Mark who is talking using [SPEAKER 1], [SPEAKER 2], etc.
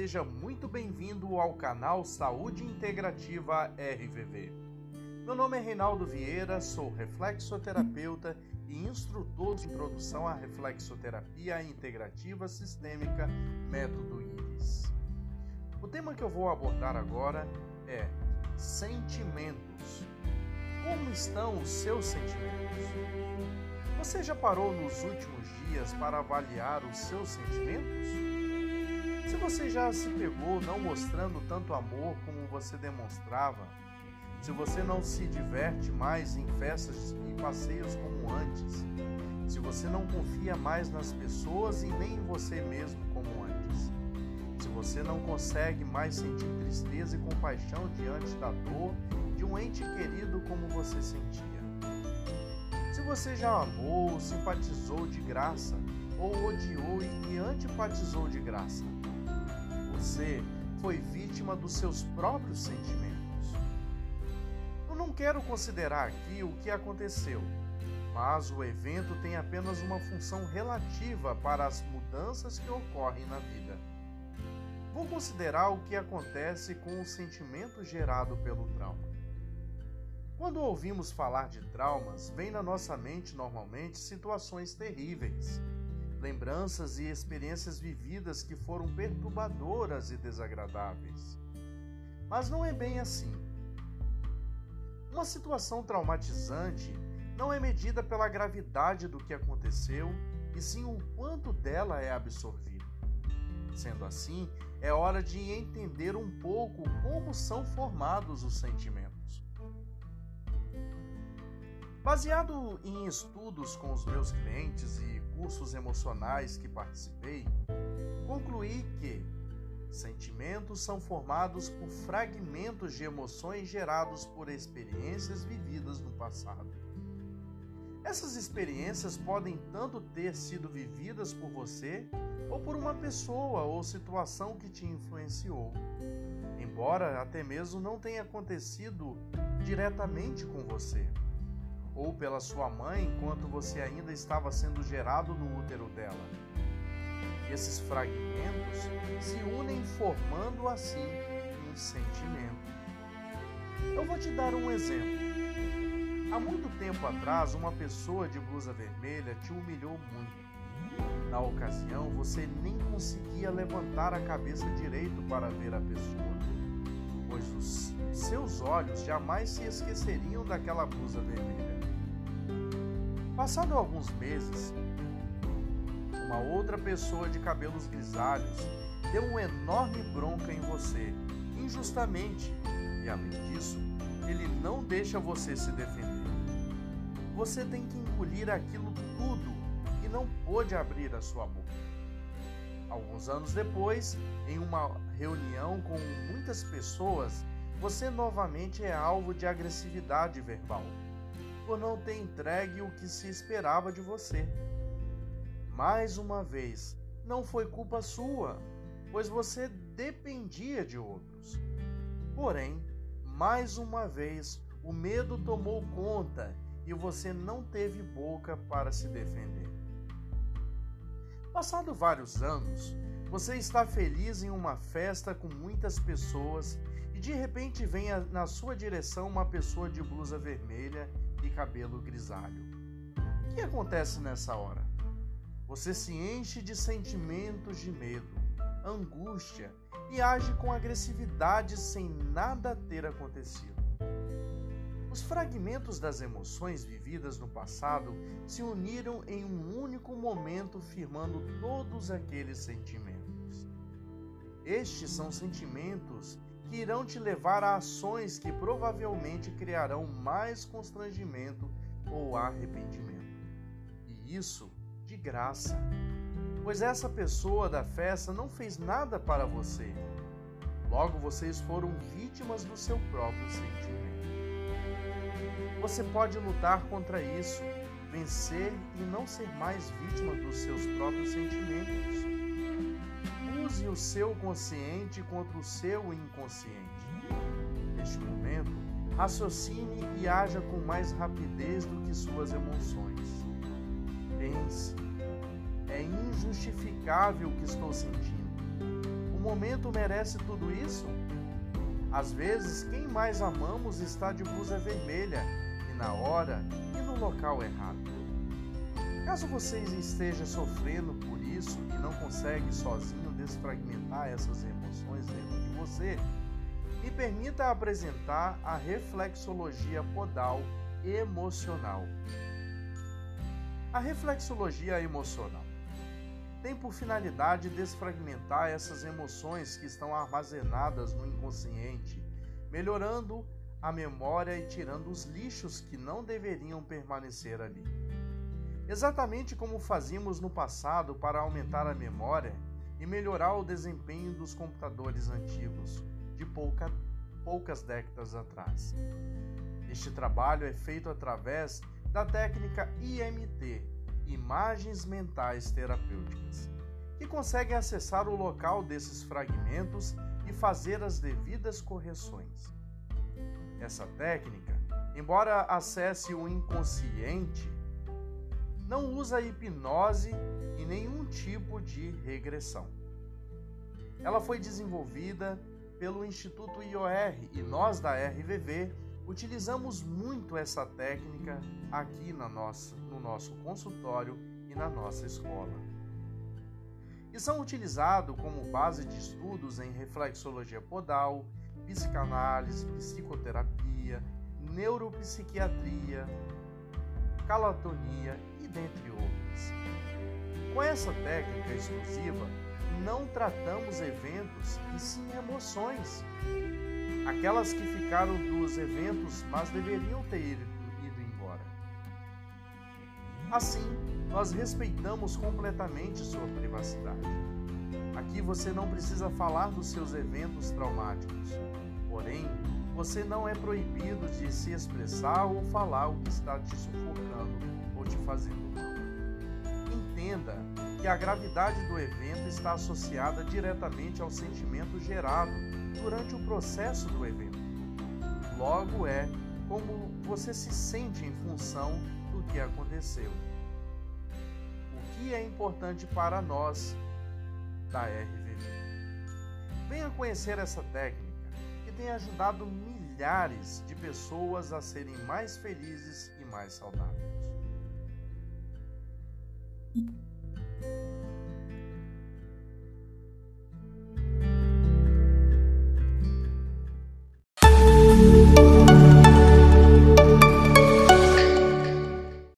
[SPEAKER 1] seja muito bem-vindo ao canal Saúde Integrativa RVV. Meu nome é Reinaldo Vieira, sou reflexoterapeuta e instrutor de introdução à reflexoterapia integrativa sistêmica, método IRIS. O tema que eu vou abordar agora é sentimentos. Como estão os seus sentimentos? Você já parou nos últimos dias para avaliar os seus sentimentos? Se você já se pegou não mostrando tanto amor como você demonstrava, se você não se diverte mais em festas e passeios como antes, se você não confia mais nas pessoas e nem em você mesmo como antes, se você não consegue mais sentir tristeza e compaixão diante da dor de um ente querido como você sentia, se você já amou, simpatizou de graça ou odiou e antipatizou de graça, você foi vítima dos seus próprios sentimentos. Eu não quero considerar aqui o que aconteceu, mas o evento tem apenas uma função relativa para as mudanças que ocorrem na vida. Vou considerar o que acontece com o sentimento gerado pelo trauma. Quando ouvimos falar de traumas, vem na nossa mente normalmente situações terríveis, lembranças e experiências vividas que foram perturbadoras e desagradáveis. Mas não é bem assim. Uma situação traumatizante não é medida pela gravidade do que aconteceu, e sim o quanto dela é absorvido. Sendo assim, é hora de entender um pouco como são formados os sentimentos. Baseado em estudos com os meus clientes e cursos emocionais que participei, concluí que sentimentos são formados por fragmentos de emoções gerados por experiências vividas no passado. Essas experiências podem tanto ter sido vividas por você ou por uma pessoa ou situação que te influenciou, embora até mesmo não tenha acontecido diretamente com você, ou pela sua mãe enquanto você ainda estava sendo gerado no útero dela. Esses fragmentos se unem formando assim um sentimento. Eu vou te dar um exemplo. Há muito tempo atrás, uma pessoa de blusa vermelha te humilhou muito. Na ocasião, você nem conseguia levantar a cabeça direito para ver a pessoa, pois os seus olhos jamais se esqueceriam daquela blusa vermelha. Passado alguns meses, uma outra pessoa de cabelos grisalhos deu uma enorme bronca em você, injustamente, e além disso, ele não deixa você se defender. Você tem que engolir aquilo tudo e não pôde abrir a sua boca. Alguns anos depois, em uma reunião com muitas pessoas, você novamente é alvo de agressividade verbal, por não ter entregue o que se esperava de você. Mais uma vez, não foi culpa sua, pois você dependia de outros. Porém, mais uma vez, o medo tomou conta e você não teve boca para se defender. Passado vários anos, você está feliz em uma festa com muitas pessoas e de repente vem na sua direção uma pessoa de blusa vermelha e cabelo grisalho. O que acontece nessa hora? Você se enche de sentimentos de medo, angústia e age com agressividade sem nada ter acontecido. Os fragmentos das emoções vividas no passado se uniram em um único momento, firmando todos aqueles sentimentos. Estes são sentimentos que irão te levar a ações que provavelmente criarão mais constrangimento ou arrependimento. E isso de graça, pois essa pessoa da festa não fez nada para você. Logo, vocês foram vítimas do seu próprio sentimento. Você pode lutar contra isso, vencer e não ser mais vítima dos seus próprios sentimentos. Use o seu consciente contra o seu inconsciente. Neste momento, raciocine e haja com mais rapidez do que suas emoções. Pense: é injustificável o que estou sentindo. O momento merece tudo isso? Às vezes, quem mais amamos está de blusa vermelha e na hora e no local errado. Caso você esteja sofrendo por isso e não consegue sozinho desfragmentar essas emoções dentro de você, me permita apresentar a reflexologia podal emocional. A reflexologia emocional tem por finalidade desfragmentar essas emoções que estão armazenadas no inconsciente, melhorando a memória e tirando os lixos que não deveriam permanecer ali. Exatamente como fazíamos no passado para aumentar a memória e melhorar o desempenho dos computadores antigos de poucas décadas atrás. Este trabalho é feito através da técnica IMT, Imagens Mentais Terapêuticas, que conseguem acessar o local desses fragmentos e fazer as devidas correções. Essa técnica, embora acesse o inconsciente, não usa hipnose e nenhum tipo de regressão. Ela foi desenvolvida pelo Instituto IOR e nós da RVV utilizamos muito essa técnica aqui no nosso consultório e na nossa escola. E são utilizados como base de estudos em reflexologia podal, psicanálise, psicoterapia, neuropsiquiatria, calatonia e dentre outras. Com essa técnica exclusiva, não tratamos eventos e sim emoções. Aquelas que ficaram dos eventos, mas deveriam ter ido embora. Assim, nós respeitamos completamente sua privacidade. Aqui você não precisa falar dos seus eventos traumáticos. Porém, você não é proibido de se expressar ou falar o que está te sufocando ou te fazendo mal. Entenda que a gravidade do evento está associada diretamente ao sentimento gerado durante o processo do evento. Logo, é como você se sente em função do que aconteceu. O que é importante para nós da RVV. Venha conhecer essa técnica que tem ajudado milhares de pessoas a serem mais felizes e mais saudáveis.